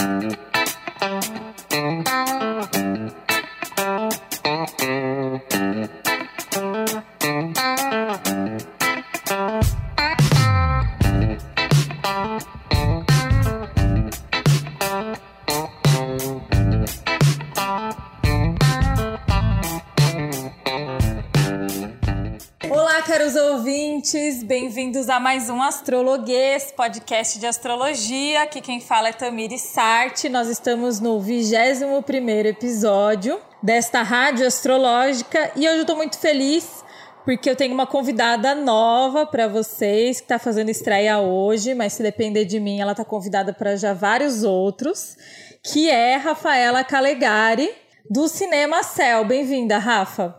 Olá, caros ouvintes, bem-vindos a mais um Astrologuês, podcast de astrologia. Aqui quem fala é Tamires Sarti. Nós estamos no 21º episódio desta rádio astrológica e hoje eu tô muito feliz porque eu tenho uma convidada nova para vocês que tá fazendo estreia hoje, mas se depender de mim, ela tá convidada para já vários outros, que é Rafaela Calegari, do Cinema Céu. Bem-vinda, Rafa.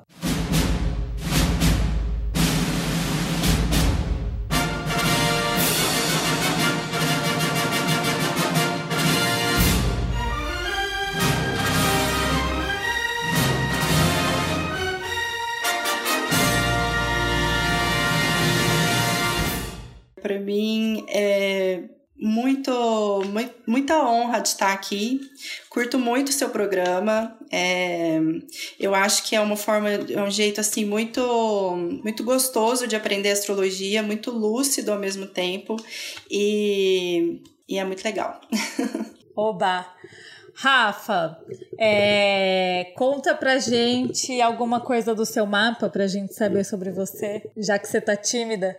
Para mim é muita honra de estar aqui. Curto muito o seu programa. Eu acho que é um jeito assim muito gostoso de aprender astrologia, muito lúcido ao mesmo tempo e é muito legal. Oba! Rafa, conta pra gente alguma coisa do seu mapa pra gente saber sobre você, já que você tá tímida.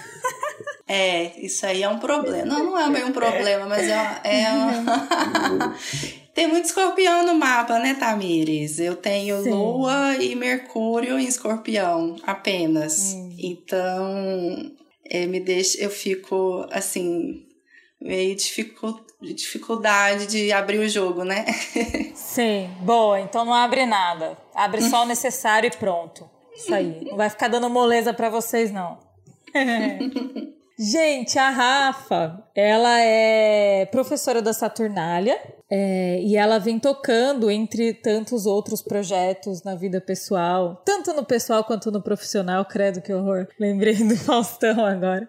Isso aí é um problema. Não é meio um problema, mas Tem muito escorpião no mapa, né, Tamires? Eu tenho Sim. Lua e Mercúrio em escorpião, apenas. Então, eu fico, assim, meio dificuldade de abrir o jogo, né? Sim, boa. Então não abre nada. Abre só o necessário e pronto. Isso aí. Não vai ficar dando moleza pra vocês, não. Gente, a Rafa, ela é professora da Saturnália e ela vem tocando entre tantos outros projetos na vida pessoal, tanto no pessoal quanto no profissional, credo que horror, lembrei do Faustão agora.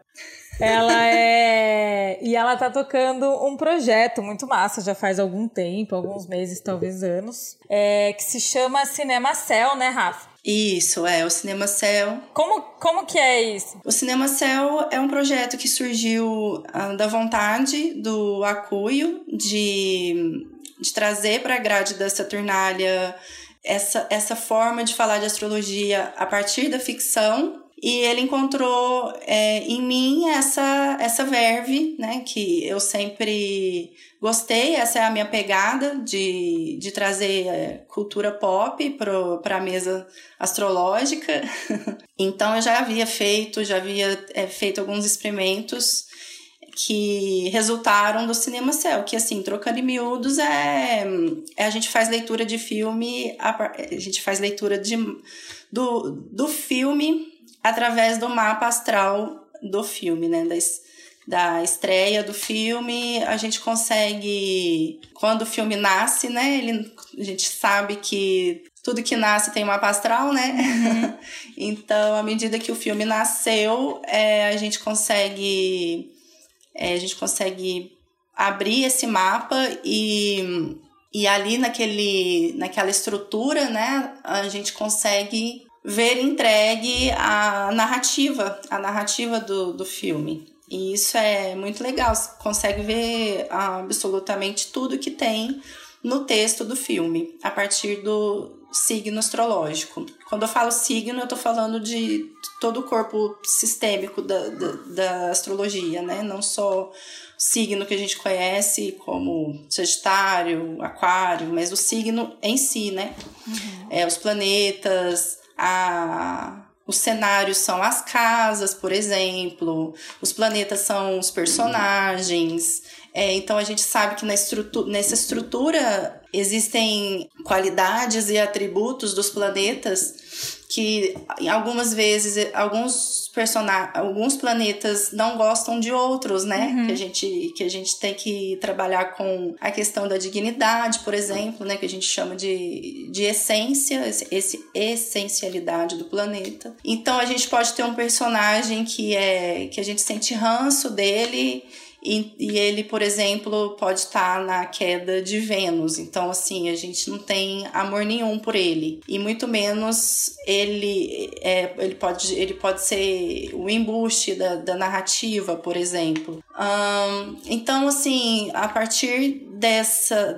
E ela tá tocando um projeto muito massa, já faz algum tempo, alguns meses, talvez anos, que se chama Cinema Céu, né, Rafa? Isso, o Cinema Céu. Como que é isso? O Cinema Céu é um projeto que surgiu da vontade do Acuio de trazer para a grade da Saturnália essa forma de falar de astrologia a partir da ficção. E ele encontrou em mim essa verve, né, que eu sempre gostei, essa é a minha pegada de trazer cultura pop para a mesa astrológica. Então eu já havia feito alguns experimentos que resultaram do Cinema Céu, que assim, trocando em miúdos, a gente faz leitura de filme, a gente faz leitura do filme através do mapa astral do filme, né? Da estreia do filme, a gente consegue, quando o filme nasce, né? A gente sabe que tudo que nasce tem mapa astral, né? Uhum. Então, à medida que o filme nasceu, a gente consegue abrir esse mapa e ali naquela estrutura, né? A gente consegue ver entregue a narrativa do filme. E isso é muito legal, você consegue ver absolutamente tudo que tem no texto do filme, a partir do signo astrológico. Quando eu falo signo, eu estou falando de todo o corpo sistêmico da astrologia, né? Não só o signo que a gente conhece como Sagitário, Aquário, mas o signo em si, né? Uhum. Os planetas, os cenários são as casas, por exemplo, os planetas são os personagens. Então a gente sabe que nessa estrutura existem qualidades e atributos dos planetas que algumas vezes alguns planetas não gostam de outros, né? Uhum. Que a gente tem que trabalhar com a questão da dignidade, por exemplo, né? Que a gente chama de essência, essencialidade do planeta. Então a gente pode ter um personagem que a gente sente ranço dele e ele, por exemplo, pode estar na queda de Vênus. Então, assim, a gente não tem amor nenhum por ele. E muito menos ele pode ser o embuste da narrativa, por exemplo. Então, assim, a partir dessa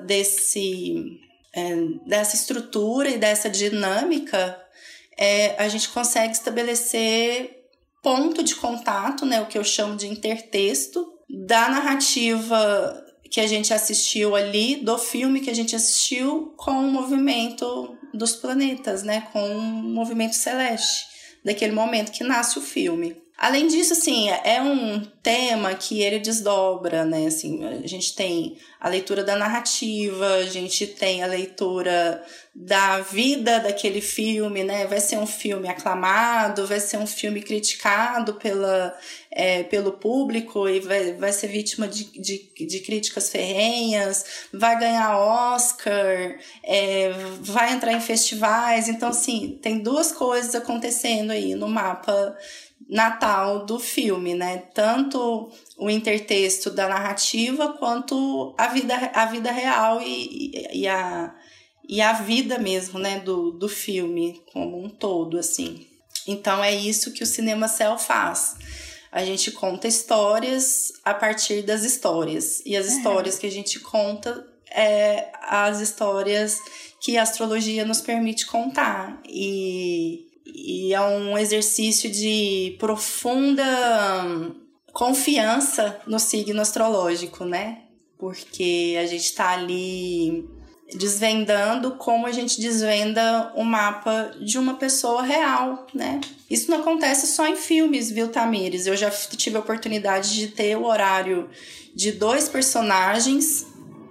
estrutura e dessa dinâmica, a gente consegue estabelecer ponto de contato, né, o que eu chamo de intertexto, da narrativa que a gente assistiu ali, do filme que a gente assistiu, com o movimento dos planetas, né, com o movimento celeste, daquele momento que nasce o filme. Além disso, assim, é um tema que ele desdobra, né, assim, a gente tem a leitura da narrativa, a gente tem a leitura da vida daquele filme, né, vai ser um filme aclamado, vai ser um filme criticado pelo público e vai ser vítima de críticas ferrenhas, vai ganhar Oscar, vai entrar em festivais. Então, assim, tem duas coisas acontecendo aí no mapa natal do filme, né? Tanto o intertexto da narrativa quanto a vida real e a vida mesmo, né? Do filme como um todo, assim. Então é isso que o Cinema Cell faz. A gente conta histórias a partir das histórias. E as histórias que a gente conta as histórias que a astrologia nos permite contar. E é um exercício de profunda confiança no signo astrológico, né? Porque a gente está ali desvendando como a gente desvenda o mapa de uma pessoa real, né? Isso não acontece só em filmes, viu, Tamires? Eu já tive a oportunidade de ter o horário de dois personagens,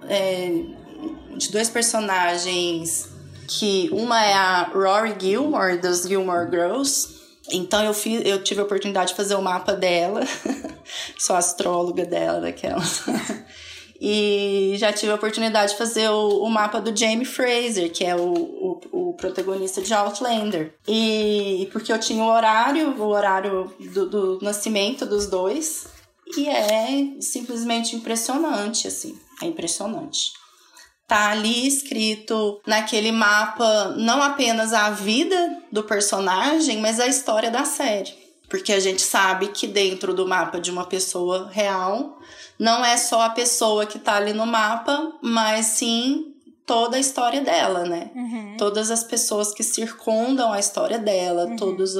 que uma é a Rory Gilmore, das Gilmore Girls. Então eu tive a oportunidade de fazer o mapa dela, sou astróloga dela, daquelas. E já tive a oportunidade de fazer o mapa do Jamie Fraser, que é o protagonista de Outlander. E porque eu tinha o horário do nascimento dos dois, e é simplesmente impressionante, assim, é impressionante. Tá ali escrito naquele mapa não apenas a vida do personagem, mas a história da série. Porque a gente sabe que dentro do mapa de uma pessoa real, não é só a pessoa que tá ali no mapa, mas sim toda a história dela, né? Uhum. Todas as pessoas que circundam a história dela, uhum. Todos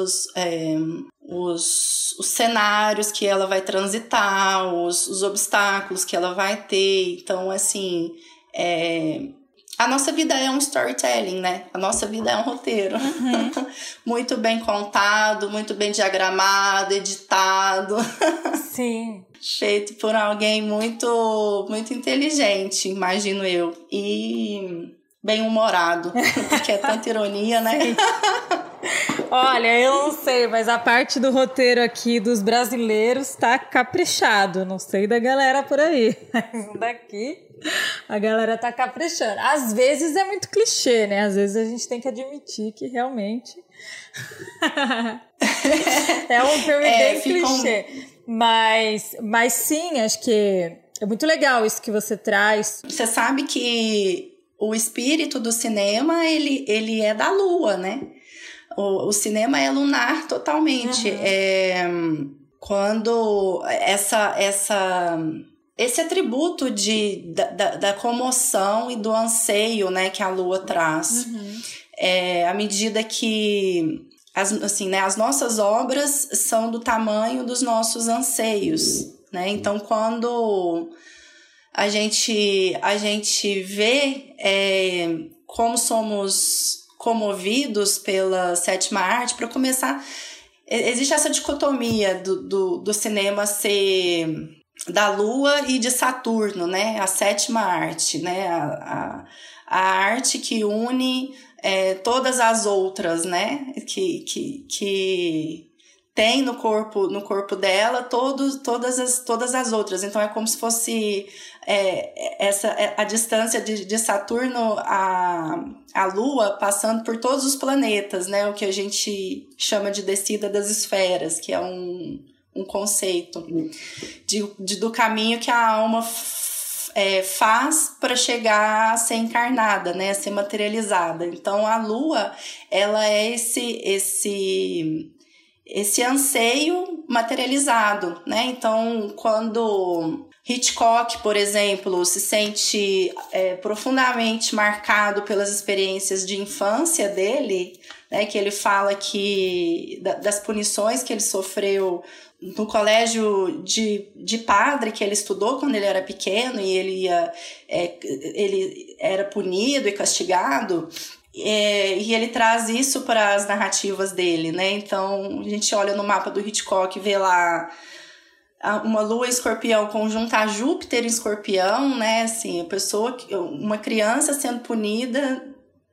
os cenários que ela vai transitar, os obstáculos que ela vai ter. Então, assim... a nossa vida é um storytelling, né? A nossa vida é um roteiro. Uhum. Muito bem contado, muito bem diagramado, editado. Sim. Feito por alguém muito, muito inteligente, imagino eu. E bem-humorado, porque é tanta ironia, né? Sim. Olha, eu não sei, mas a parte do roteiro aqui dos brasileiros tá caprichado. Não sei da galera por aí, mas daqui a galera tá caprichando. Às vezes é muito clichê, né? Às vezes a gente tem que admitir que realmente é um filme bem clichê. Mas sim, acho que é muito legal isso que você traz. Você sabe que o espírito do cinema, ele é da lua, né? O cinema é lunar totalmente. Uhum. Quando esse atributo da comoção e do anseio, né, que a lua traz. Uhum. À medida que as nossas obras são do tamanho dos nossos anseios, né? Então, quando a gente vê como somos comovidos pela sétima arte, para começar, existe essa dicotomia do cinema ser da Lua e de Saturno, né? A sétima arte, né? A arte que une todas as outras, né? Que tem no corpo dela todas as outras. Então é como se fosse a distância de Saturno a Lua passando por todos os planetas, né? O que a gente chama de descida das esferas, que é um um conceito do caminho que a alma faz para chegar a ser encarnada, né, a ser materializada. Então a lua, ela é esse anseio materializado, né? Então quando Hitchcock, por exemplo, se sente profundamente marcado pelas experiências de infância dele, né, que ele fala que das punições que ele sofreu no colégio de padre que ele estudou quando ele era pequeno, e ele era punido e castigado, e ele traz isso para as narrativas dele, né? Então a gente olha no mapa do Hitchcock e vê lá uma lua em escorpião conjunta a Júpiter em escorpião, né? Assim, uma criança sendo punida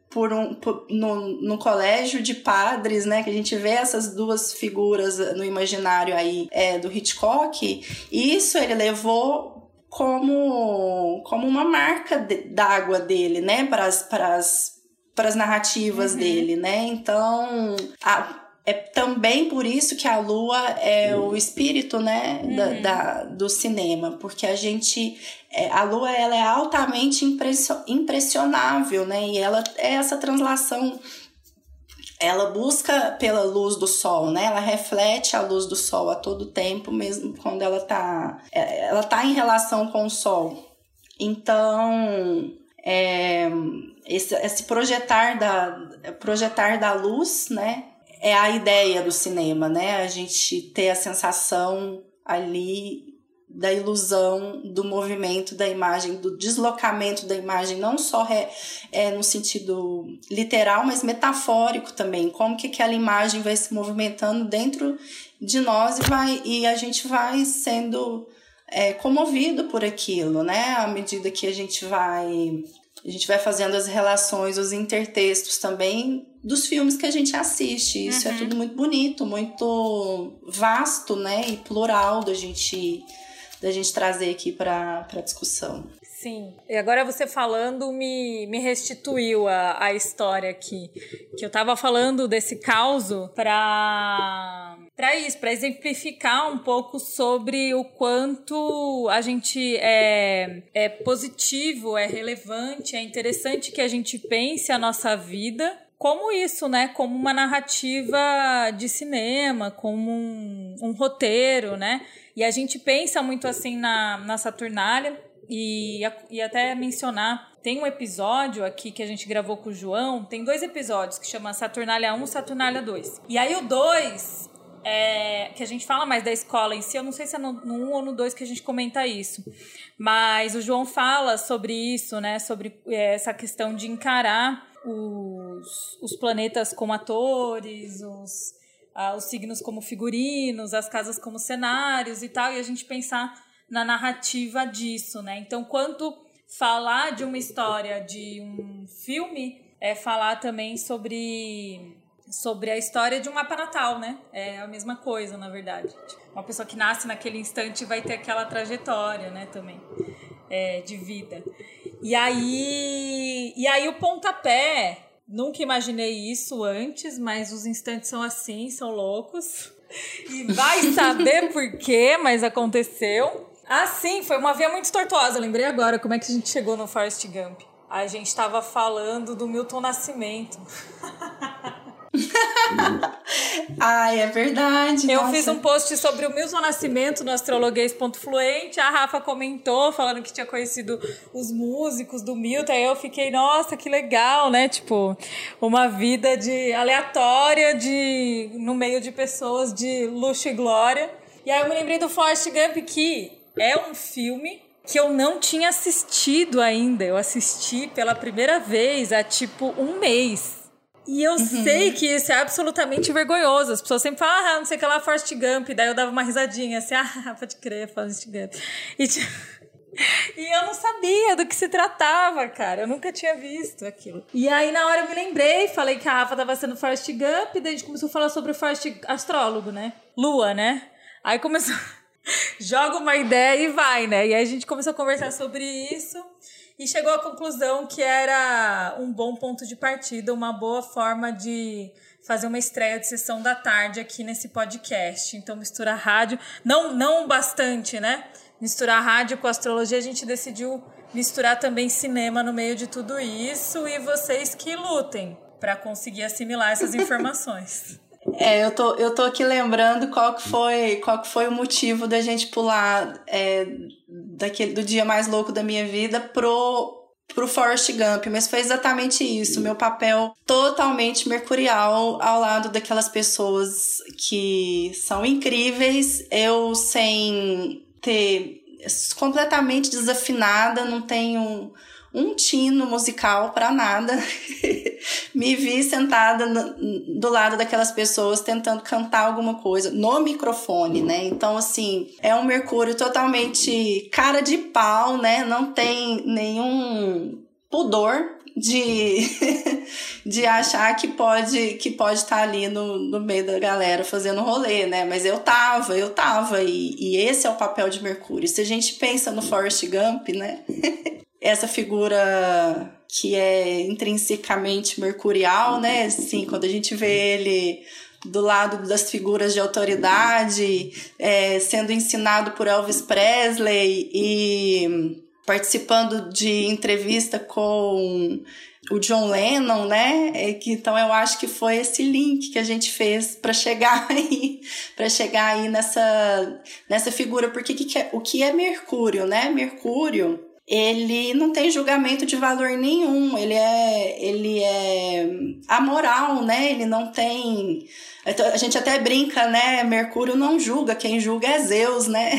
no colégio de padres, né, que a gente vê essas duas figuras no imaginário aí do Hitchcock, e isso ele levou como uma marca d'água dele, né, para as narrativas dele, né? Então é também por isso que a lua é o espírito, né, do cinema, porque a lua, ela é altamente impressionável, né, e ela é essa translação, ela busca pela luz do sol, né, ela reflete a luz do sol a todo tempo, mesmo quando ela tá em relação com o sol. Então esse projetar da luz, né, é a ideia do cinema, né? A gente ter a sensação ali da ilusão, do movimento da imagem, do deslocamento da imagem, não só no sentido literal, mas metafórico também. Como que aquela imagem vai se movimentando dentro de nós e a gente vai sendo comovido por aquilo, né? À medida que a gente vai fazendo as relações, os intertextos também dos filmes que a gente assiste. Isso é tudo muito bonito, muito vasto, né? E plural da gente trazer aqui para a discussão. Sim. E agora você falando me restituiu a história aqui. Que eu tava falando desse causo para exemplificar um pouco sobre o quanto a gente é positivo, é relevante, é interessante que a gente pense a nossa vida como isso, né? Como uma narrativa de cinema, como um roteiro, né? E a gente pensa muito assim na Saturnália. E até mencionar, tem um episódio aqui que a gente gravou com o João, tem 2 episódios que chama Saturnália 1 e Saturnália 2. E aí o 2, que a gente fala mais da escola em si, eu não sei se é no 1 ou no 2 que a gente comenta isso, mas o João fala sobre isso, né, sobre essa questão de encarar os planetas como atores, os signos como figurinos, as casas como cenários e tal, e a gente pensar na narrativa disso, né? Então, quanto falar de uma história de um filme é falar também sobre a história de um mapa natal, né? É a mesma coisa, na verdade. Uma pessoa que nasce naquele instante vai ter aquela trajetória, né, também, de vida. E aí o pontapé, nunca imaginei isso antes, mas os instantes são assim, são loucos. E vai saber por quê, mas aconteceu. Ah, sim, foi uma via muito tortuosa. Eu lembrei agora como é que a gente chegou no Forrest Gump. A gente estava falando do Milton Nascimento. Ai, é verdade. Eu fiz um post sobre o Milton Nascimento no astrologuês.fluente. A Rafa comentou, falando que tinha conhecido os músicos do Milton. Aí eu fiquei, nossa, que legal, né? Tipo, uma vida aleatória no meio de pessoas de luxo e glória. E aí eu me lembrei do Forrest Gump, que é um filme que eu não tinha assistido ainda. Eu assisti pela primeira vez há, tipo, um mês. E eu sei que isso é absolutamente vergonhoso. As pessoas sempre falam, não sei o que lá, Forrest Gump. Daí eu dava uma risadinha, assim, pode crer, Forrest Gump. E eu não sabia do que se tratava, cara. Eu nunca tinha visto aquilo. E aí, na hora, eu me lembrei, falei que a Rafa tava sendo Forrest Gump, daí a gente começou a falar sobre o Forrest astrólogo, né? Lua, né? Aí começou... Joga uma ideia e vai, né? E aí a gente começou a conversar sobre isso e chegou à conclusão que era um bom ponto de partida, uma boa forma de fazer uma estreia de sessão da tarde aqui nesse podcast. Então, misturar rádio, não bastante, né? Misturar rádio com astrologia, a gente decidiu misturar também cinema no meio de tudo isso, e vocês que lutem para conseguir assimilar essas informações. Eu tô aqui lembrando qual que foi o motivo da gente pular do dia mais louco da minha vida pro Forrest Gump, mas foi exatamente isso, meu papel totalmente mercurial ao lado daquelas pessoas que são incríveis, eu sem ter completamente desafinada, não tenho um tino musical pra nada, me vi sentada do lado daquelas pessoas tentando cantar alguma coisa no microfone, né? Então, assim, é um Mercúrio totalmente cara de pau, né? Não tem nenhum pudor de achar que pode estar ali no meio da galera fazendo rolê, né? Mas eu tava, e esse é o papel de Mercúrio. Se a gente pensa no Forrest Gump, né? Essa figura que é intrinsecamente mercurial, né? Assim, quando a gente vê ele do lado das figuras de autoridade, sendo ensinado por Elvis Presley e participando de entrevista com o John Lennon, né? Então eu acho que foi esse link que a gente fez para chegar aí nessa figura, porque o que é Mercúrio, né? Mercúrio, ele não tem julgamento de valor nenhum, ele é amoral, né? Ele não tem... A gente até brinca, né? Mercúrio não julga, quem julga é Zeus, né?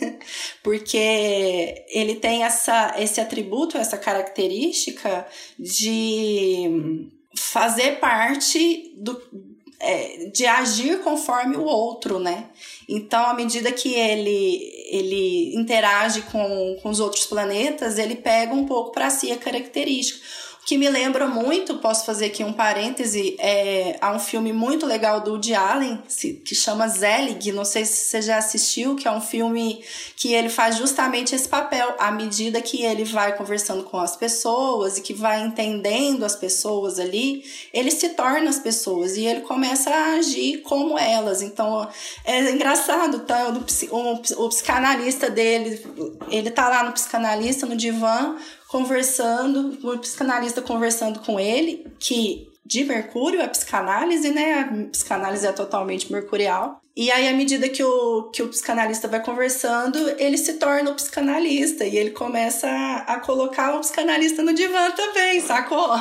Porque ele tem esse atributo, essa característica de fazer parte de agir conforme o outro, né? Então, à medida que ele interage com os outros planetas, ele pega um pouco para si a característica. O que me lembra muito, posso fazer aqui um parêntese, há um filme muito legal do Woody Allen, que chama Zelig, não sei se você já assistiu, que é um filme que ele faz justamente esse papel, à medida que ele vai conversando com as pessoas e que vai entendendo as pessoas ali, ele se torna as pessoas e ele começa a agir como elas. Então, é engraçado, tá? O psicanalista dele, ele tá lá no psicanalista, no divã, conversando, o psicanalista conversando com ele, que de Mercúrio é psicanálise, né? A psicanálise é totalmente mercurial. E aí, à medida que o psicanalista vai conversando, ele se torna o psicanalista e ele começa a colocar o psicanalista no divã também, sacou?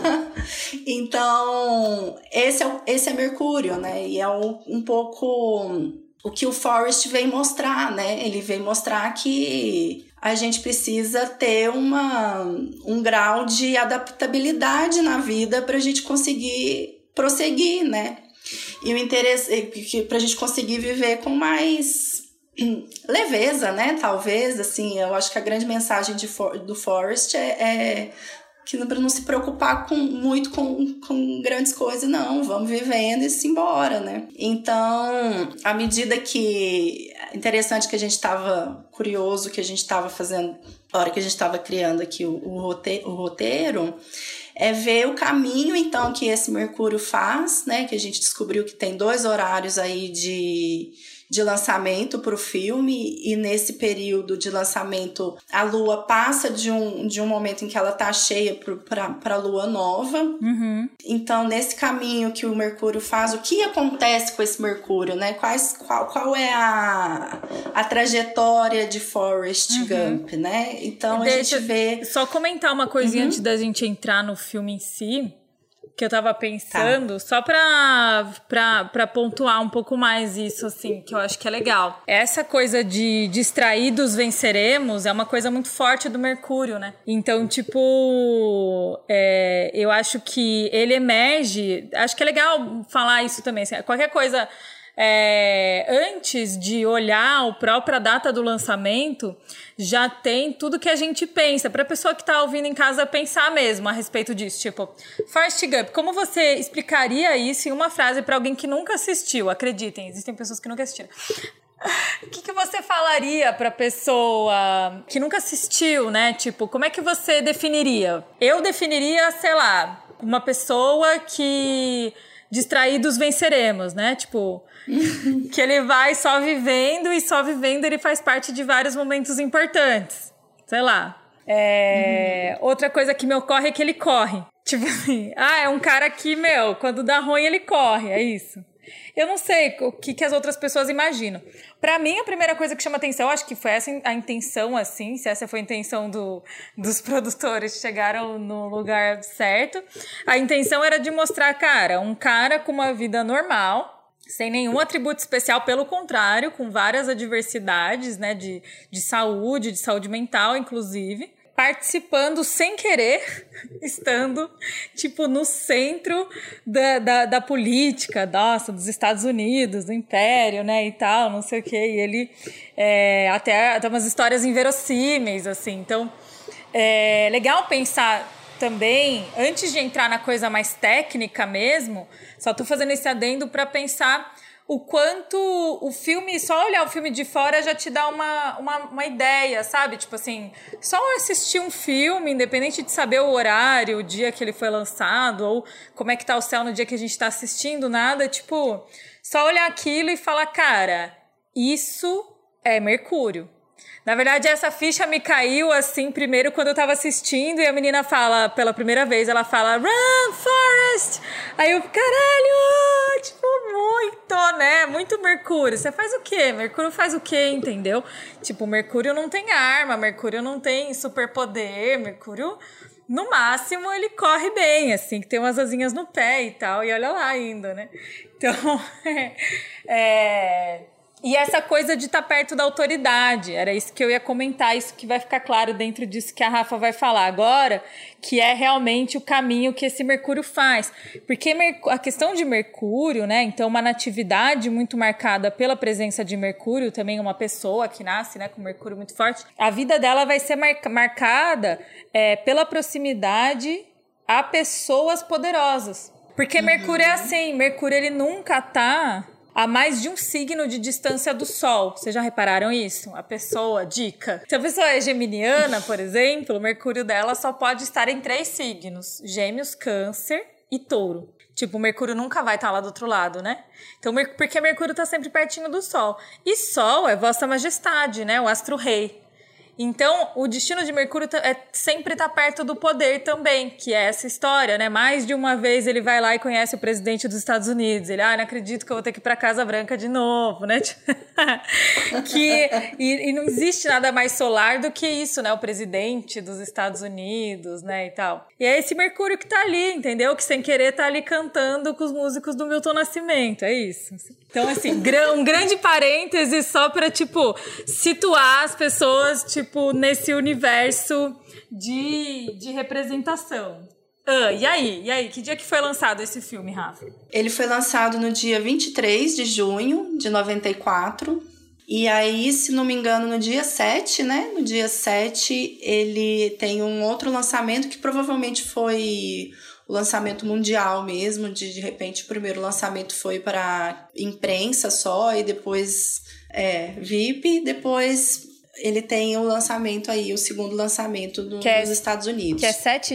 Então, esse é Mercúrio, né? E é um pouco o que o Forrest vem mostrar, né? Ele vem mostrar que a gente precisa ter um grau de adaptabilidade na vida para a gente conseguir prosseguir, né? E o interesse é para a gente conseguir viver com mais leveza, né? Talvez, assim, eu acho que a grande mensagem do Forrest é que não se preocupar muito com grandes coisas, não. Vamos vivendo e se embora, né? Então, à medida que... Interessante que a gente estava curioso, que a gente estava fazendo... A hora que a gente estava criando aqui o roteiro... É ver o caminho, então, que esse Mercúrio faz, né? Que a gente descobriu que tem 2 horários aí de lançamento para o filme, e nesse período de lançamento a Lua passa de um momento em que ela tá cheia para a Lua nova. Uhum. Então, nesse caminho que o Mercúrio faz, o que acontece com esse Mercúrio, né? Qual é a trajetória de Forrest Gump, né? Então, a gente vê... Só comentar uma coisinha antes da gente entrar no filme em si, que eu tava pensando, só pra pontuar um pouco mais isso, assim, que eu acho que é legal. Essa coisa de distraídos venceremos é uma coisa muito forte do Mercúrio, né? Então, tipo, eu acho que ele emerge... Acho que é legal falar isso também, assim, qualquer coisa... antes de olhar a própria data do lançamento, já tem tudo que a gente pensa, para a pessoa que tá ouvindo em casa pensar mesmo a respeito disso, tipo, Forrest Gump, como você explicaria isso em uma frase para alguém que nunca assistiu? Acreditem, existem pessoas que nunca assistiram. O que você falaria pra pessoa que nunca assistiu, né? Tipo, como é que você definiria? Eu definiria, sei lá, uma pessoa que distraídos venceremos, né? Tipo, que ele vai só vivendo e só vivendo ele faz parte de vários momentos importantes. Sei lá. Outra coisa que me ocorre é que ele corre. Tipo assim, é um cara que, quando dá ruim ele corre, é isso. Eu não sei o que as outras pessoas imaginam. Pra mim, a primeira coisa que chama atenção, acho que foi essa a intenção, assim, se essa foi a intenção dos produtores, chegaram no lugar certo. A intenção era de mostrar, cara, um cara com uma vida normal, sem nenhum atributo especial, pelo contrário, com várias adversidades, né, de saúde mental, inclusive, participando sem querer, estando, tipo, no centro da política, dos Estados Unidos, do Império, né, e tal, não sei o quê. E ele até umas histórias inverossímeis, assim. Então, é legal pensar também, antes de entrar na coisa mais técnica mesmo, só tô fazendo esse adendo para pensar o quanto o filme, só olhar o filme de fora já te dá uma ideia, sabe? Tipo assim, só assistir um filme, independente de saber o horário, o dia que ele foi lançado, ou como é que tá o céu no dia que a gente tá assistindo, nada, tipo, só olhar aquilo e falar, cara, isso é Mercúrio. Na verdade, essa ficha me caiu, assim, primeiro quando eu tava assistindo e a menina fala, pela primeira vez, ela fala, Run, Forrest! Aí eu, caralho, tipo, muito, né? Muito Mercúrio. Você faz o quê? Mercúrio faz o quê, entendeu? Tipo, Mercúrio não tem arma, Mercúrio não tem superpoder, Mercúrio, no máximo, ele corre bem, assim, que tem umas asinhas no pé e tal, e olha lá ainda, né? Então, E essa coisa de estar perto da autoridade, era isso que eu ia comentar, isso que vai ficar claro dentro disso que a Rafa vai falar agora, que é realmente o caminho que esse Mercúrio faz. Porque a questão de Mercúrio, né, então uma natividade muito marcada pela presença de Mercúrio, também uma pessoa que nasce, né, com Mercúrio muito forte, a vida dela vai ser marcada pela proximidade a pessoas poderosas. Porque Mercúrio é assim, Mercúrio ele nunca tá a mais de um signo de distância do Sol. Vocês já repararam isso? A pessoa, dica. Se a pessoa é geminiana, por exemplo, o Mercúrio dela só pode estar em 3 signos. Gêmeos, Câncer e Touro. Tipo, o Mercúrio nunca vai estar lá do outro lado, né? Então, porque Mercúrio tá sempre pertinho do Sol. E Sol é Vossa Majestade, né? O astro-rei. Então, o destino de Mercúrio é sempre estar perto do poder também, que é essa história, né? Mais de uma vez ele vai lá e conhece o presidente dos Estados Unidos. Ele, não acredito que eu vou ter que ir pra Casa Branca de novo, né? E não existe nada mais solar do que isso, né? O presidente dos Estados Unidos, né? E tal. E é esse Mercúrio que tá ali, entendeu? Que sem querer tá ali cantando com os músicos do Milton Nascimento, é isso. Então, assim, um grande parêntese só pra, tipo, situar as pessoas, tipo, nesse universo de representação. E aí? Que dia que foi lançado esse filme, Rafa? Ele foi lançado no dia 23 de junho de 94. E aí, se não me engano, no dia 7, né? No dia 7, ele tem um outro lançamento que provavelmente foi o lançamento mundial mesmo. De repente, o primeiro lançamento foi para imprensa só e depois VIP. Depois ele tem o lançamento aí, o segundo lançamento nos Estados Unidos. Que é 7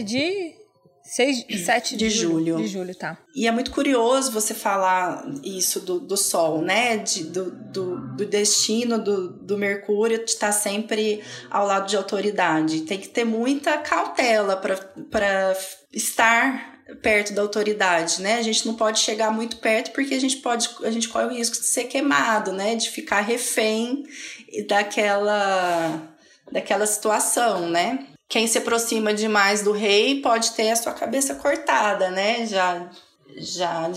de julho. De julho, tá. E é muito curioso você falar isso do Sol, né? Do destino do Mercúrio de estar sempre ao lado de autoridade. Tem que ter muita cautela para estar perto da autoridade, né? A gente não pode chegar muito perto porque a gente corre o risco de ser queimado, né? De ficar refém daquela situação, né? Quem se aproxima demais do rei pode ter a sua cabeça cortada, né? A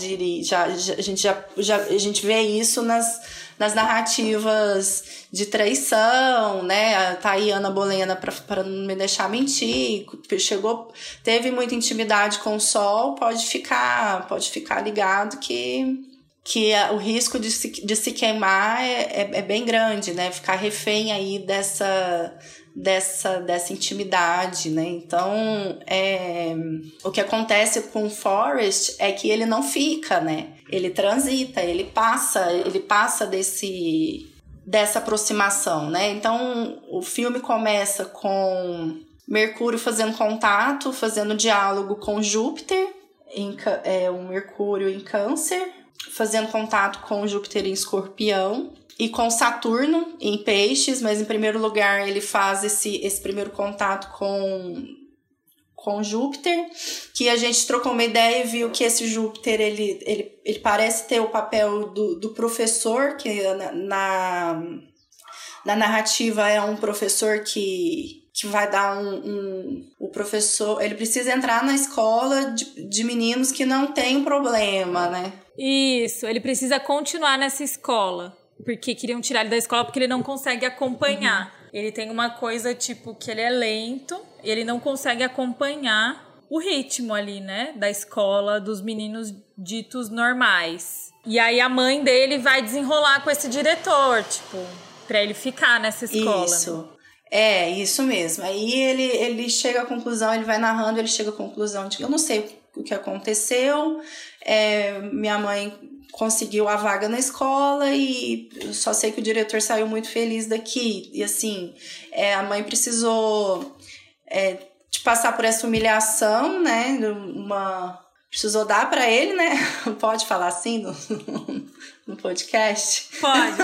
gente vê isso nas narrativas de traição, né? Tá aí Ana Bolena para não me deixar mentir, teve muita intimidade com o Sol, pode ficar ligado que o risco de se queimar é bem grande, né? Ficar refém aí dessa intimidade, né? Então, o que acontece com o Forrest é que ele não fica, né? Ele transita, ele passa dessa aproximação, né? Então, o filme começa com Mercúrio fazendo contato, fazendo diálogo com Júpiter. um Mercúrio em Câncer, fazendo contato com Júpiter em Escorpião e com Saturno em Peixes, mas em primeiro lugar ele faz esse primeiro contato com Júpiter, que a gente trocou uma ideia e viu que esse Júpiter ele parece ter o papel do professor, que na narrativa é um professor que vai dar o professor, ele precisa entrar na escola de meninos que não tem problema, né? Isso, ele precisa continuar nessa escola, porque queriam tirar ele da escola porque ele não consegue acompanhar. Ele tem uma coisa, tipo, que ele é lento, e ele não consegue acompanhar o ritmo ali, né, da escola dos meninos ditos normais. E aí a mãe dele vai desenrolar com esse diretor, tipo, pra ele ficar nessa escola. Isso. É, isso mesmo. Aí ele chega à conclusão, ele vai narrando, ele chega à conclusão de que eu não sei o que aconteceu, minha mãe conseguiu a vaga na escola e eu só sei que o diretor saiu muito feliz daqui. E assim, a mãe precisou de passar por essa humilhação, né? Precisou dar para ele, né? Pode falar assim no podcast? Pode.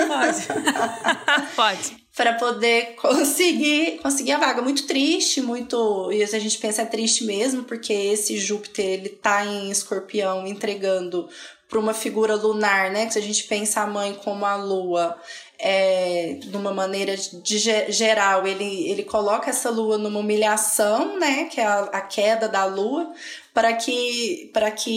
Pode. Para poder conseguir a vaga. Muito triste, e a gente pensa, é triste mesmo, porque esse Júpiter, ele tá em Escorpião entregando para uma figura lunar, né? Que se a gente pensa a mãe como a lua, de uma maneira geral, ele coloca essa lua numa humilhação, né? Que é a queda da lua, para que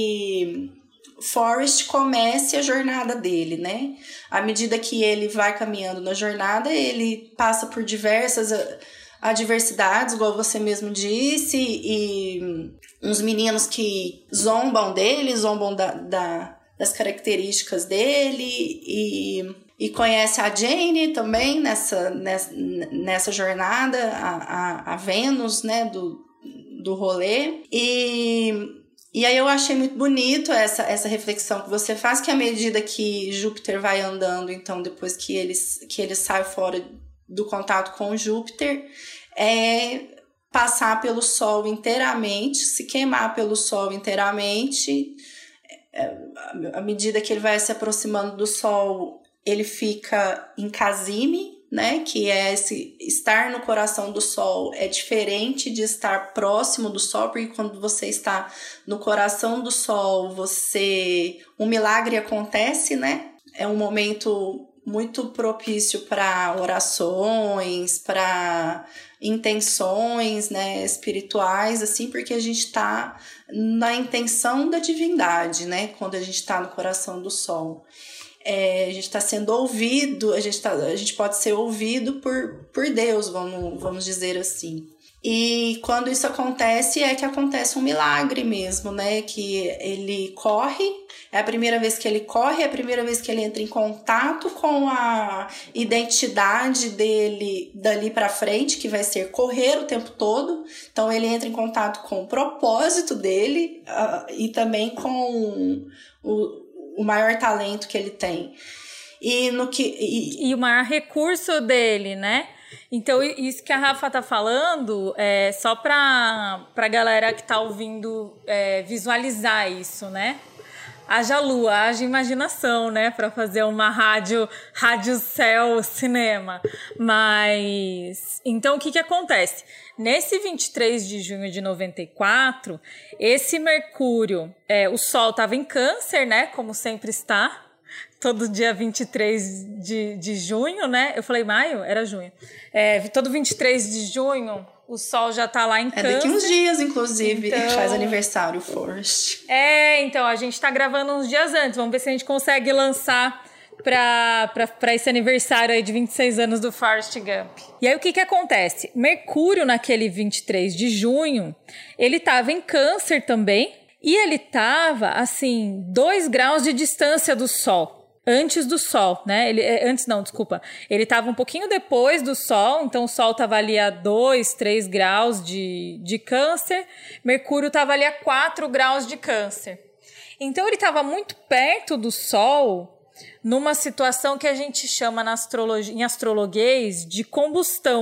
Forrest comece a jornada dele, né? À medida que ele vai caminhando na jornada, ele passa por diversas adversidades, igual você mesmo disse, e uns meninos que zombam dele, zombam das características dele, e conhece a Jane também nessa jornada, a Vênus, né, do rolê, E aí eu achei muito bonito essa reflexão que você faz, que à medida que Júpiter vai andando, então depois que ele sai fora do contato com Júpiter, passar pelo Sol inteiramente, se queimar pelo Sol inteiramente. À medida que ele vai se aproximando do Sol, ele fica em Casime, né, que é estar no coração do Sol é diferente de estar próximo do Sol, porque quando você está no coração do Sol, um milagre acontece, né? É um momento muito propício para orações, para intenções, né, espirituais, assim, porque a gente está na intenção da divindade, né, quando a gente está no coração do Sol. A gente está sendo ouvido, a gente pode ser ouvido por Deus, vamos dizer assim. E quando isso acontece, que acontece um milagre mesmo, né? Que ele corre, é a primeira vez que ele corre, é a primeira vez que ele entra em contato com a identidade dele dali para frente, que vai ser correr o tempo todo. Então ele entra em contato com o propósito dele e também com o maior talento que ele tem. E o maior recurso dele, né? Então, isso que a Rafa tá falando, só pra galera que tá ouvindo visualizar isso, né? Haja lua, haja imaginação, né? Pra fazer uma rádio céu, cinema. Mas, então, o que acontece? Nesse 23 de junho de 94, esse Mercúrio, o Sol tava em Câncer, né? Como sempre está. Todo dia 23 de junho, né? Eu falei maio? Era junho. Todo 23 de junho, o Sol já tá lá em Câncer. Daqui uns dias, inclusive, faz aniversário o Forrest. Então, a gente tá gravando uns dias antes. Vamos ver se a gente consegue lançar pra esse aniversário aí de 26 anos do Forrest Gump. E aí, o que acontece? Mercúrio, naquele 23 de junho, ele tava em Câncer também. E ele tava, assim, 2 graus de distância do Sol. Antes do Sol, né? Ele estava um pouquinho depois do Sol, então o Sol estava ali a 2, 3 graus de Câncer, Mercúrio estava ali a 4 graus de Câncer. Então ele estava muito perto do Sol, numa situação que a gente chama em astrologuês de combustão.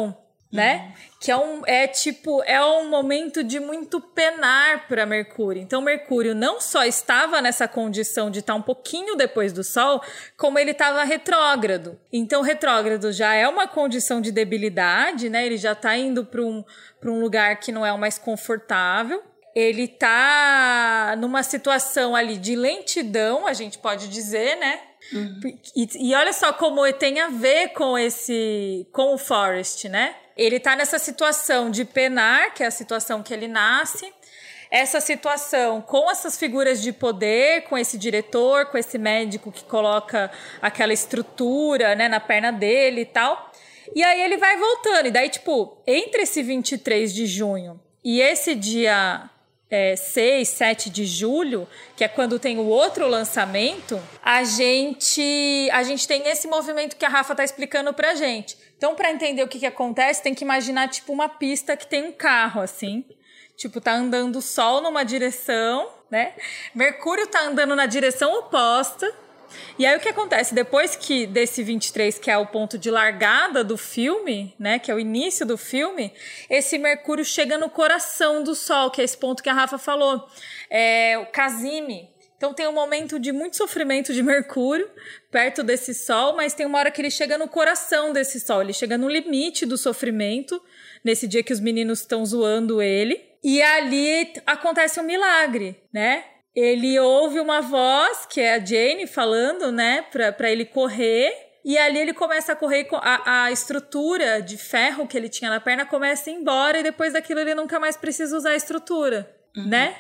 né? Que é um momento de muito penar para Mercúrio. Então, Mercúrio não só estava nessa condição de estar um pouquinho depois do Sol, como ele estava retrógrado. Então, retrógrado já é uma condição de debilidade, né? Ele já está indo para um lugar que não é o mais confortável. Ele está numa situação ali de lentidão, a gente pode dizer, né? E olha só como tem a ver com o Forrest, né? Ele tá nessa situação de penar, que é a situação que ele nasce, essa situação com essas figuras de poder, com esse diretor, com esse médico que coloca aquela estrutura, né, na perna dele e tal. E aí ele vai voltando. E daí, tipo, entre esse 23 de junho e esse dia 6, 7 de julho, que é quando tem o outro lançamento, a gente tem esse movimento que a Rafa tá explicando pra gente. Então, para entender o que acontece, tem que imaginar, tipo, uma pista que tem um carro, assim. Tipo, tá andando o Sol numa direção, né? Mercúrio tá andando na direção oposta. E aí, o que acontece? Depois desse 23, que é o ponto de largada do filme, né? Que é o início do filme, esse Mercúrio chega no coração do Sol, que é esse ponto que a Rafa falou. O Casime. Então tem um momento de muito sofrimento de Mercúrio perto desse Sol, mas tem uma hora que ele chega no coração desse Sol, ele chega no limite do sofrimento, nesse dia que os meninos estão zoando ele, e ali acontece um milagre, né? Ele ouve uma voz, que é a Jane falando, né, pra ele correr, e ali ele começa a correr, a estrutura de ferro que ele tinha na perna começa a ir embora, e depois daquilo ele nunca mais precisa usar a estrutura, né?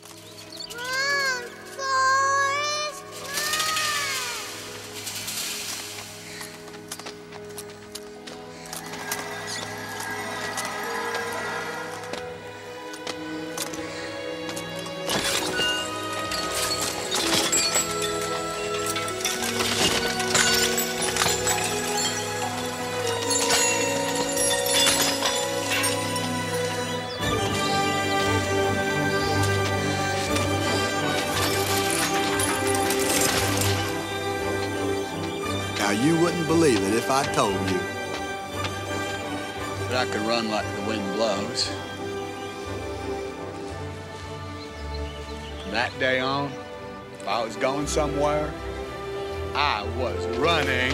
You wouldn't believe it if I told you. But I could run like the wind blows. From that day on, if I was going somewhere, I was running.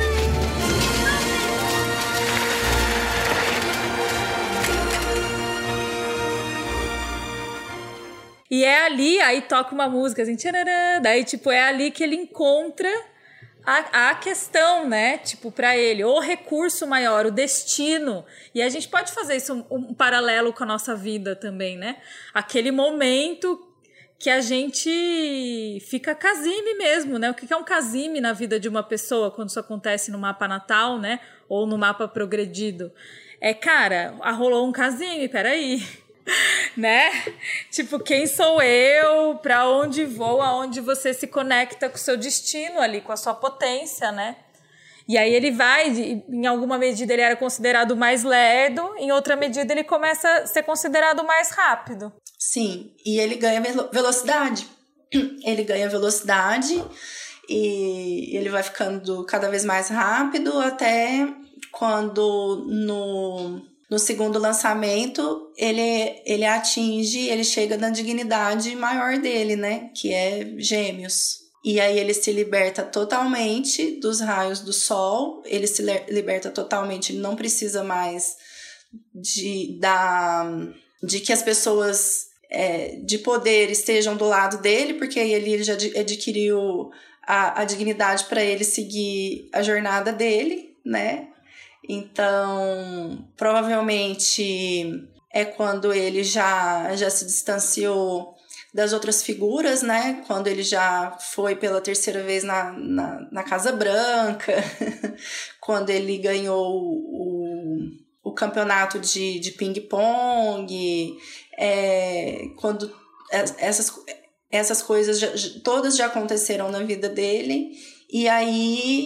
E é ali, aí toca uma música assim, tcharará, daí tipo, é ali que ele encontra a questão, né, tipo, para ele, o recurso maior, o destino. E a gente pode fazer isso um paralelo com a nossa vida também, né? Aquele momento que a gente fica casime mesmo, né? O que é um casime na vida de uma pessoa quando isso acontece no mapa natal, né? Ou no mapa progredido? Cara, rolou um casime, peraí. Né? Tipo, quem sou eu? Pra onde vou? Aonde você se conecta com o seu destino ali, com a sua potência, né? E aí ele vai, em alguma medida ele era considerado mais lerdo, em outra medida ele começa a ser considerado mais rápido. Sim, e ele ganha velocidade. Ele ganha velocidade e ele vai ficando cada vez mais rápido até quando no segundo lançamento, ele chega na dignidade maior dele, né? Que é Gêmeos. E aí ele se liberta totalmente dos raios do Sol, ele se liberta totalmente, ele não precisa mais de que as pessoas de poder estejam do lado dele, porque aí ele já adquiriu a dignidade para ele seguir a jornada dele, né? Então, provavelmente é quando ele já se distanciou das outras figuras, né? Quando ele já foi pela terceira vez na Casa Branca, quando ele ganhou o campeonato de ping-pong, quando essas coisas todas já aconteceram na vida dele, e aí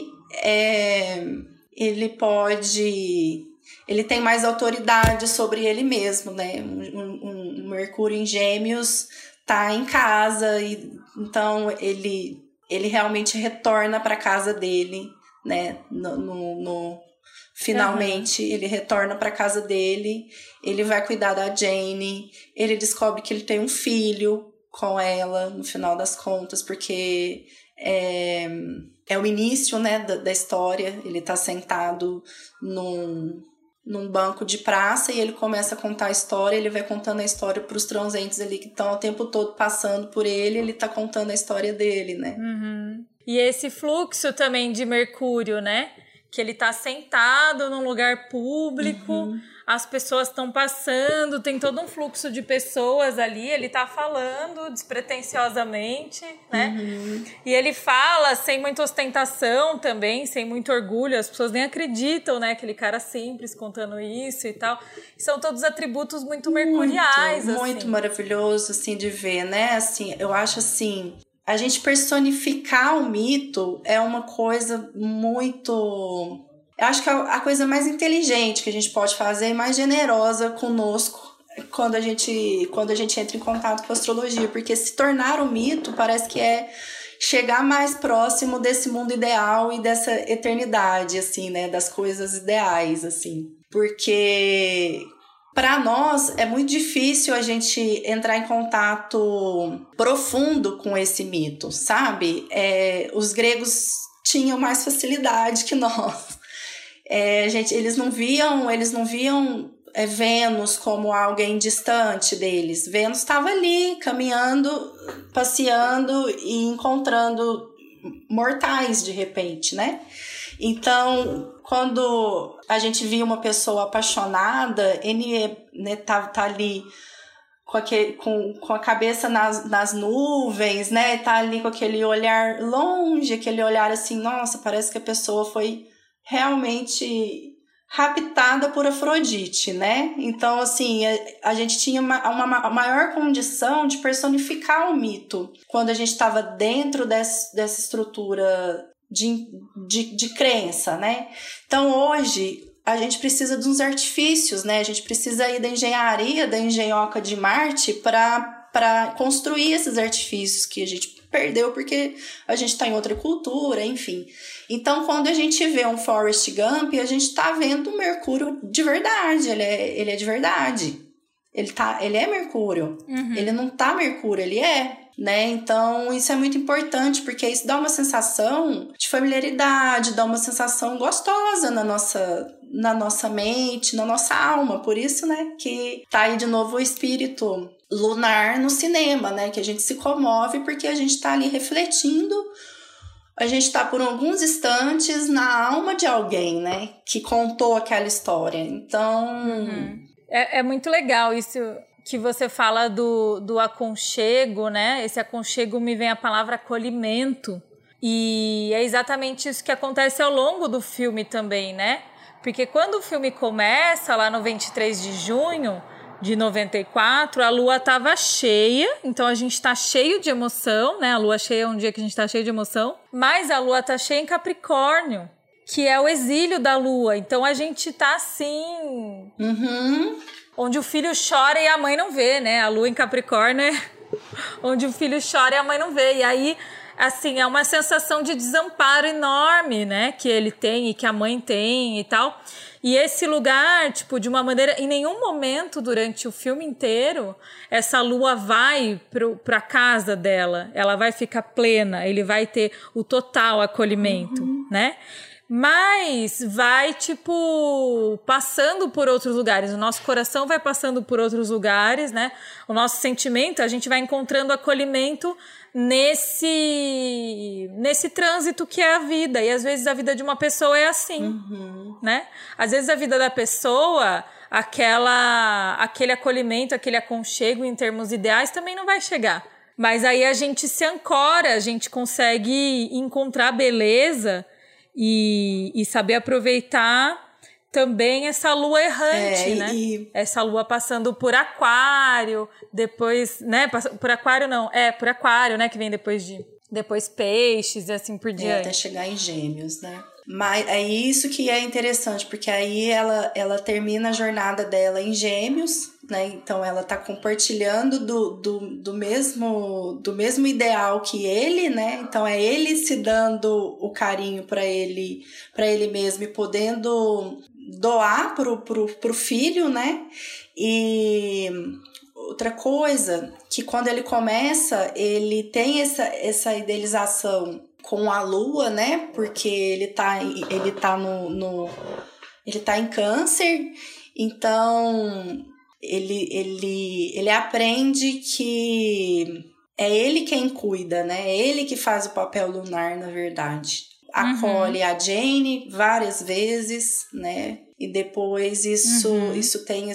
ele tem mais autoridade sobre ele mesmo, né? Um Mercúrio em Gêmeos tá em casa, e então ele realmente retorna para casa dele, né? Finalmente, ele retorna para casa dele, ele vai cuidar da Jane, ele descobre que ele tem um filho com ela, no final das contas, porque é o início, né, da história. Ele tá sentado num banco de praça e ele começa a contar a história, ele vai contando a história pros transeuntes ali que estão o tempo todo passando por ele tá contando a história dele, né? E esse fluxo também de Mercúrio, né? Que ele tá sentado num lugar público, as pessoas estão passando, tem todo um fluxo de pessoas ali, ele tá falando despretensiosamente, né? E ele fala sem muita ostentação também, sem muito orgulho, as pessoas nem acreditam, né? Aquele cara simples contando isso e tal. São todos atributos muito mercuriais, assim. Muito maravilhoso, assim, de ver, né? Assim, eu acho, assim, a gente personificar o mito é uma coisa muito... Eu acho que a coisa mais inteligente que a gente pode fazer e mais generosa conosco quando a gente entra em contato com a astrologia, porque se tornar um mito parece que é chegar mais próximo desse mundo ideal e dessa eternidade, assim, né, das coisas ideais, assim, porque para nós é muito difícil a gente entrar em contato profundo com esse mito, sabe? Os gregos tinham mais facilidade que nós. Eles não viam Vênus como alguém distante deles. Vênus estava ali, caminhando, passeando e encontrando mortais de repente, né? Então, quando a gente via uma pessoa apaixonada, ele, né, tá ali com a cabeça nas nuvens, né? Tá ali com aquele olhar longe, aquele olhar assim, nossa, parece que a pessoa foi realmente raptada por Afrodite, né? Então, assim, a gente tinha uma maior condição de personificar o mito quando a gente estava dentro dessa estrutura de crença, né? Então, hoje, a gente precisa de uns artifícios, né? A gente precisa ir da engenharia, da engenhoca de Marte para construir esses artifícios que a gente perdeu porque a gente está em outra cultura, enfim. Então, quando a gente vê um Forrest Gump, a gente está vendo um Mercúrio de verdade, ele é de verdade. Ele é Mercúrio, ele não tá Mercúrio, ele é, né? Então, isso é muito importante, porque isso dá uma sensação de familiaridade, dá uma sensação gostosa na nossa mente, na nossa alma. Por isso, né, que tá aí de novo o espírito lunar no cinema, né? Que a gente se comove porque a gente tá ali refletindo, a gente tá por alguns instantes na alma de alguém, né? Que contou aquela história. Então... É muito legal isso que você fala do aconchego, né? Esse aconchego me vem a palavra acolhimento. E é exatamente isso que acontece ao longo do filme também, né? Porque quando o filme começa, lá no 23 de junho de 94, a lua estava cheia, então a gente está cheio de emoção, né? A lua cheia é um dia que a gente está cheio de emoção, mas a lua está cheia em Capricórnio, que é o exílio da lua. Então a gente tá assim... Onde o filho chora e a mãe não vê, né? A lua em Capricórnio é onde o filho chora e a mãe não vê. E aí, assim, é uma sensação de desamparo enorme, né? Que ele tem e que a mãe tem e tal. E esse lugar, tipo, de uma maneira... Em nenhum momento durante o filme inteiro, essa lua vai pra casa dela. Ela vai ficar plena, ele vai ter o total acolhimento, né? Mas vai, tipo, passando por outros lugares. O nosso coração vai passando por outros lugares, né? O nosso sentimento, a gente vai encontrando acolhimento nesse trânsito que é a vida. E às vezes a vida de uma pessoa é assim, né? Às vezes a vida da pessoa, aquele acolhimento, aquele aconchego em termos ideais também não vai chegar. Mas aí a gente se ancora, a gente consegue encontrar beleza e saber aproveitar também essa lua errante, né? Essa lua passando por Aquário, depois, né? Por Aquário não, por Aquário, né? Que vem depois Peixes e assim por diante. Até chegar em Gêmeos, né? Mas é isso que é interessante, porque aí ela termina a jornada dela em Gêmeos, né? Então ela tá compartilhando do mesmo ideal que ele, né? Então é ele se dando o carinho para ele mesmo e podendo doar pro filho, né? E outra coisa, que quando ele começa, ele tem essa idealização com a lua, né? Porque ele tá em Câncer, então ele aprende que é ele quem cuida, né? É ele que faz o papel lunar, na verdade. Acolhe a Jane várias vezes, né? E depois isso tem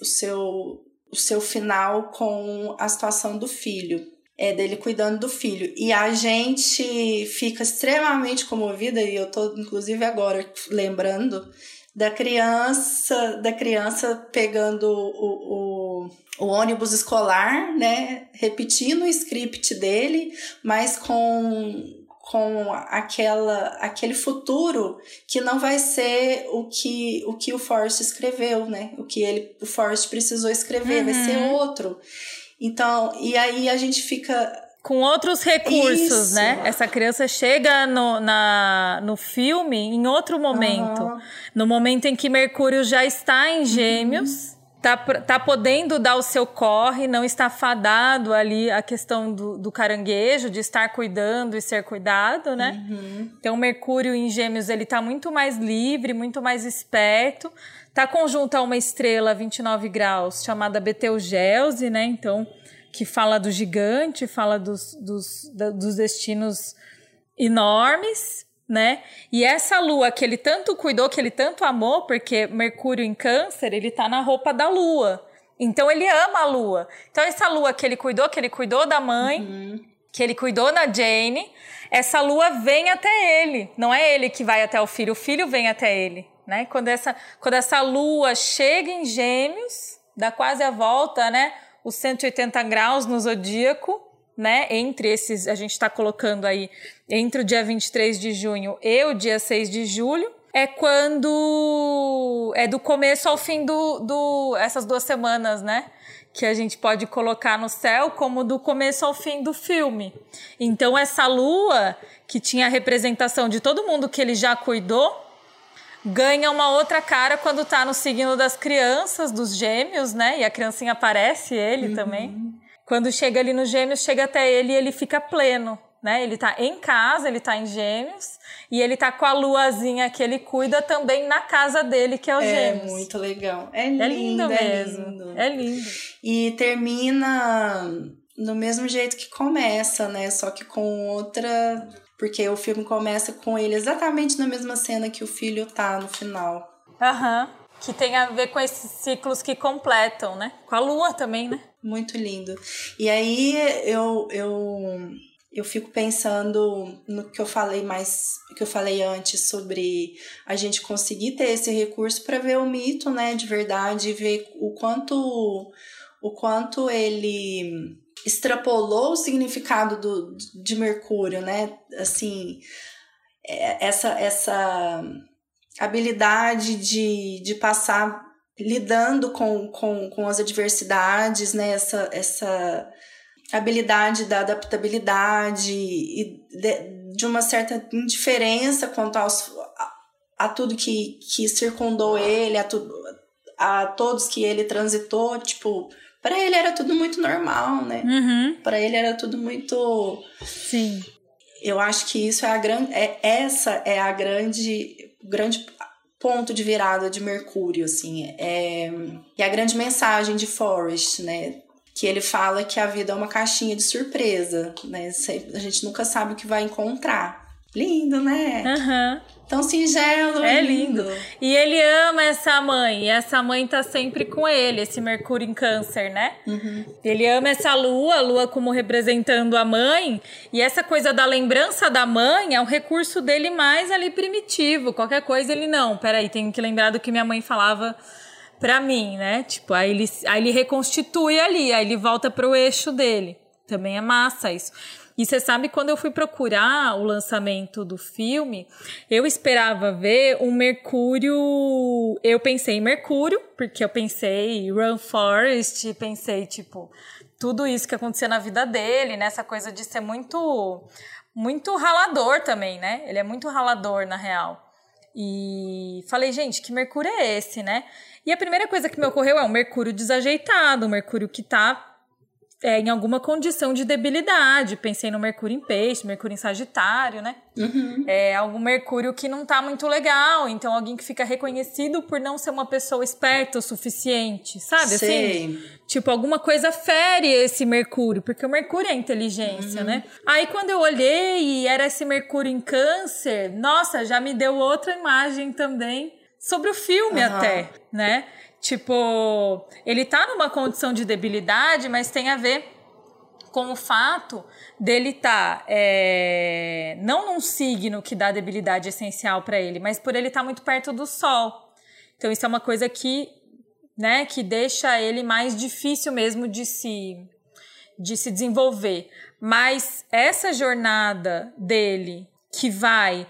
o seu final com a situação do filho. Dele cuidando do filho. E a gente fica extremamente comovida, e eu tô, inclusive, agora lembrando da criança pegando o ônibus escolar, né? Repetindo o script dele, mas com aquele futuro que não vai ser o que o Forrest escreveu, né? O Forrest precisou escrever, vai ser outro. Então, e aí a gente fica... Com outros recursos, né? Essa criança chega no filme em outro momento. No momento em que Mercúrio já está em Gêmeos, tá podendo dar o seu corre, não está fadado ali a questão do caranguejo, de estar cuidando e ser cuidado, né? Então, Mercúrio em Gêmeos, ele tá muito mais livre, muito mais esperto. Tá conjunto a uma estrela 29 graus chamada Betelgeuse, né? Então, que fala do gigante, fala dos destinos enormes, né? E essa lua que ele tanto cuidou, que ele tanto amou, porque Mercúrio em Câncer, ele tá na roupa da lua. Então, ele ama a lua. Então, essa lua que ele cuidou da mãe, que ele cuidou na Jane, essa lua vem até ele. Não é ele que vai até o filho vem até ele. Né? Quando essa lua chega em Gêmeos, dá quase a volta, né? Os 180 graus no zodíaco, né? Entre esses, a gente está colocando aí, entre o dia 23 de junho e o dia 6 de julho, é quando é do começo ao fim essas 2 semanas, né? Que a gente pode colocar no céu como do começo ao fim do filme. Então, essa lua, que tinha a representação de todo mundo que ele já cuidou, ganha uma outra cara quando tá no signo das crianças, dos Gêmeos, né? E a criancinha aparece, ele também. Quando chega ali no Gêmeos, chega até ele e ele fica pleno, né? Ele tá em casa, ele tá em Gêmeos, e ele tá com a luazinha que ele cuida também na casa dele, que é o Gêmeos. É muito legal. É lindo mesmo. É lindo. E termina do mesmo jeito que começa, né? Só que com outra... Porque o filme começa com ele exatamente na mesma cena que o filho tá no final. Que tem a ver com esses ciclos que completam, né? Com a lua também, né? Muito lindo. E aí eu fico pensando no que eu falei antes sobre a gente conseguir ter esse recurso para ver o mito, né, de verdade, ver o quanto ele extrapolou o significado de Mercúrio, né? Assim, essa habilidade de passar lidando com as adversidades, né? Essa habilidade da adaptabilidade e de uma certa indiferença quanto a tudo que circundou ele, a todos que ele transitou, tipo... Para ele era tudo muito normal, né? Para ele era tudo muito... Sim. Eu acho que isso essa é a grande ponto de virada de Mercúrio, assim. E a grande mensagem de Forrest, né? Que ele fala que a vida é uma caixinha de surpresa, né? A gente nunca sabe o que vai encontrar. Lindo, né? Tão singelo. É lindo. E ele ama essa mãe. E essa mãe tá sempre com ele, esse Mercúrio em Câncer, né? Ele ama essa lua, a lua como representando a mãe. E essa coisa da lembrança da mãe é um recurso dele mais ali primitivo. Qualquer coisa ele não. Peraí, tenho que lembrar do que minha mãe falava pra mim, né? Tipo, aí ele reconstitui ali. Aí ele volta pro eixo dele. Também é massa isso. E você sabe, quando eu fui procurar o lançamento do filme, eu esperava ver um Mercúrio... Eu pensei em Mercúrio, porque eu pensei Run Forest, pensei, tipo, tudo isso que acontecia na vida dele, né? Essa coisa de ser muito ralador também, né? Ele é muito ralador, na real. E falei, gente, que Mercúrio é esse, né? E a primeira coisa que me ocorreu é um Mercúrio desajeitado, um Mercúrio que tá em alguma condição de debilidade. Pensei no Mercúrio em Peixe, Mercúrio em Sagitário, né? Algum Mercúrio que não tá muito legal. Então, alguém que fica reconhecido por não ser uma pessoa esperta o suficiente, sabe? Sei. Assim, tipo, alguma coisa fere esse Mercúrio, porque o Mercúrio é inteligência, né? Aí, quando eu olhei e era esse Mercúrio em Câncer, nossa, já me deu outra imagem também sobre o filme até, né? Tipo, ele tá numa condição de debilidade, mas tem a ver com o fato dele tá não num signo que dá debilidade essencial para ele, mas por ele estar muito perto do Sol. Então isso é uma coisa que, né, que deixa ele mais difícil mesmo de se desenvolver. Mas essa jornada dele, que vai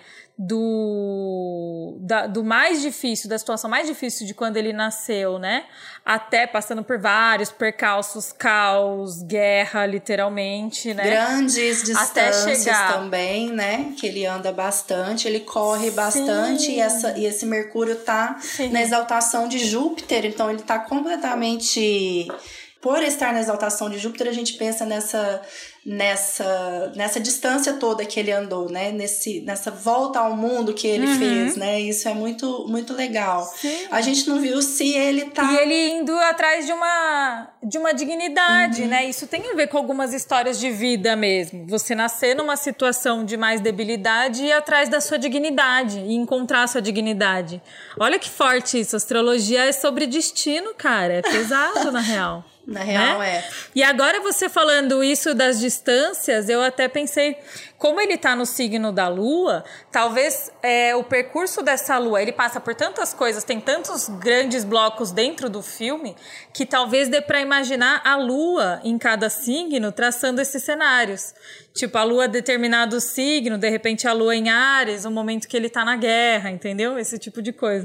do mais difícil, da situação mais difícil de quando ele nasceu, né? Até passando por vários percalços, caos, guerra, literalmente, né? Grandes distâncias até chegar... também, né? Que ele anda bastante, ele corre bastante e esse Mercúrio tá na exaltação de Júpiter, então ele tá completamente... Por estar na exaltação de Júpiter, a gente pensa nessa distância toda que ele andou, né? Nessa volta ao mundo que ele fez, né? Isso é muito, muito legal. Sim. A gente não viu se ele tá... E ele indo atrás de uma dignidade, né? Isso tem a ver com algumas histórias de vida mesmo. Você nascer numa situação de mais debilidade e ir atrás da sua dignidade e encontrar a sua dignidade. Olha que forte isso. Astrologia é sobre destino, cara. É pesado, na real. Na real, né? E agora você falando isso das distâncias, eu até pensei, como ele tá no signo da Lua, talvez o percurso dessa Lua, ele passa por tantas coisas, tem tantos grandes blocos dentro do filme, que talvez dê pra imaginar a Lua em cada signo traçando esses cenários. Tipo, a Lua determinado signo, de repente a Lua em Áries, o momento que ele tá na guerra, entendeu? Esse tipo de coisa.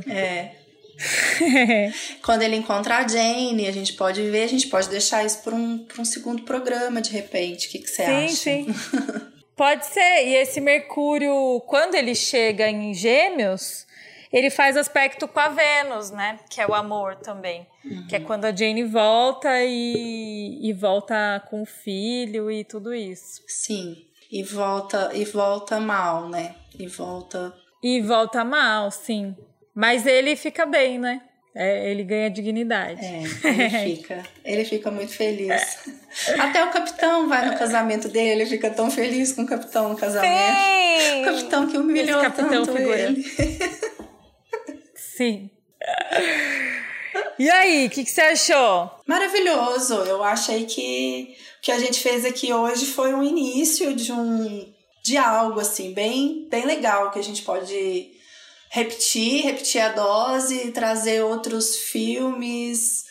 Quando ele encontra a Jane, a gente pode deixar isso para um segundo programa, de repente. O que você acha? Sim. Pode ser. E esse Mercúrio, quando ele chega em Gêmeos, ele faz aspecto com a Vênus, né? Que é o amor também. Que é quando a Jane volta e volta com o filho e tudo isso. Sim. E volta mal, né? E volta mal, sim. Mas ele fica bem, né? Ele ganha dignidade. Ele fica muito feliz. Até o capitão vai no casamento dele, ele fica tão feliz com o capitão no casamento. Sim! O capitão que humilhou tanto ele. Sim. E aí, o que você achou? Maravilhoso. Eu achei que o que a gente fez aqui hoje foi um início de algo assim, bem, bem legal, que a gente pode... repetir a dose, trazer outros filmes.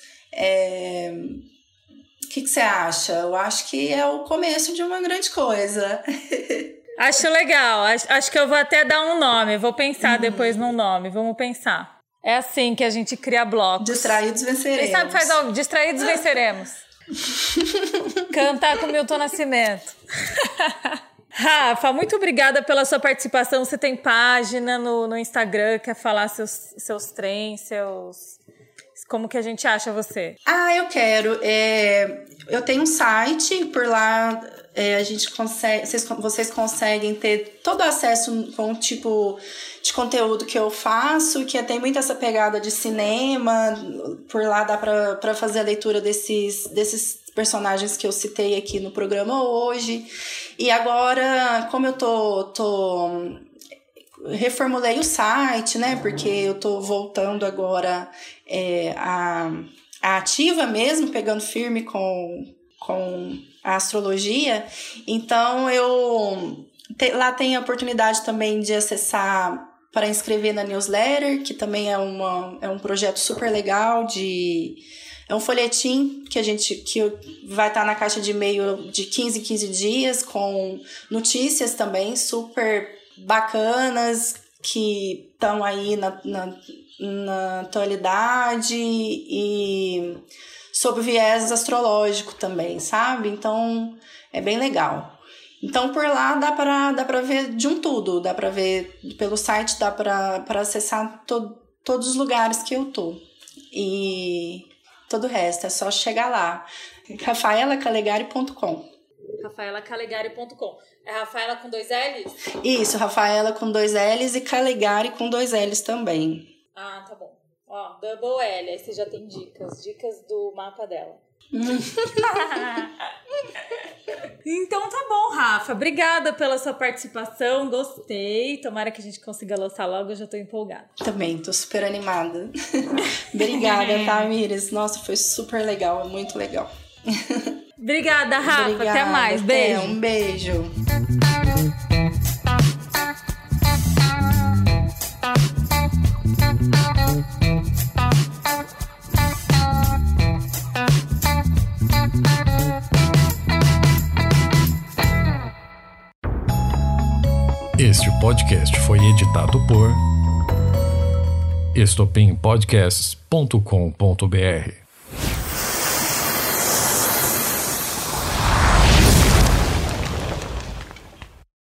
O que você acha? Eu acho que é o começo de uma grande coisa. Acho legal. Acho que eu vou até dar um nome. Vou pensar depois num nome. Vamos pensar. É assim que a gente cria blocos. Distraídos venceremos. Quem sabe faz algo. Distraídos venceremos. Cantar com Milton Nascimento. Rafa, muito obrigada pela sua participação. Você tem página no Instagram, quer falar seus trens, como que a gente acha você? Eu quero. Eu tenho um site, por lá a gente consegue, vocês conseguem ter todo o acesso com o tipo de conteúdo que eu faço, que tem muito essa pegada de cinema. Por lá dá pra fazer a leitura desses personagens que eu citei aqui no programa hoje. E agora, como eu reformulei o site, né? Porque eu tô voltando agora a ativa mesmo, pegando firme com a astrologia. Então, lá tem a oportunidade também de acessar para inscrever na newsletter, que também é um projeto super legal É um folhetim que vai estar na caixa de e-mail de 15 em 15 dias, com notícias também super bacanas que estão aí na atualidade e sobre o viés astrológico também, sabe? Então, é bem legal. Então, por lá dá pra ver de um tudo. Dá pra ver pelo site, dá pra acessar todos os lugares que eu tô. E todo o resto é só chegar lá. rafaelacalegari.com. rafaelacalegari.com. É Rafaela com 2 L's? Isso, Rafaela com 2 L's e Calegari com 2 L's também. Ah, tá bom. Ó, double L, aí você já tem dicas do mapa dela. Então tá bom, Rafa. Obrigada pela sua participação, gostei. Tomara que a gente consiga lançar logo, eu já tô empolgada. Também, tô super animada. Obrigada, tá, Miris? Nossa, foi super legal, muito legal. Obrigada, Rafa. Obrigada, até mais. Beijo. Um beijo. Este podcast foi editado por estopimpodcasts.com.br.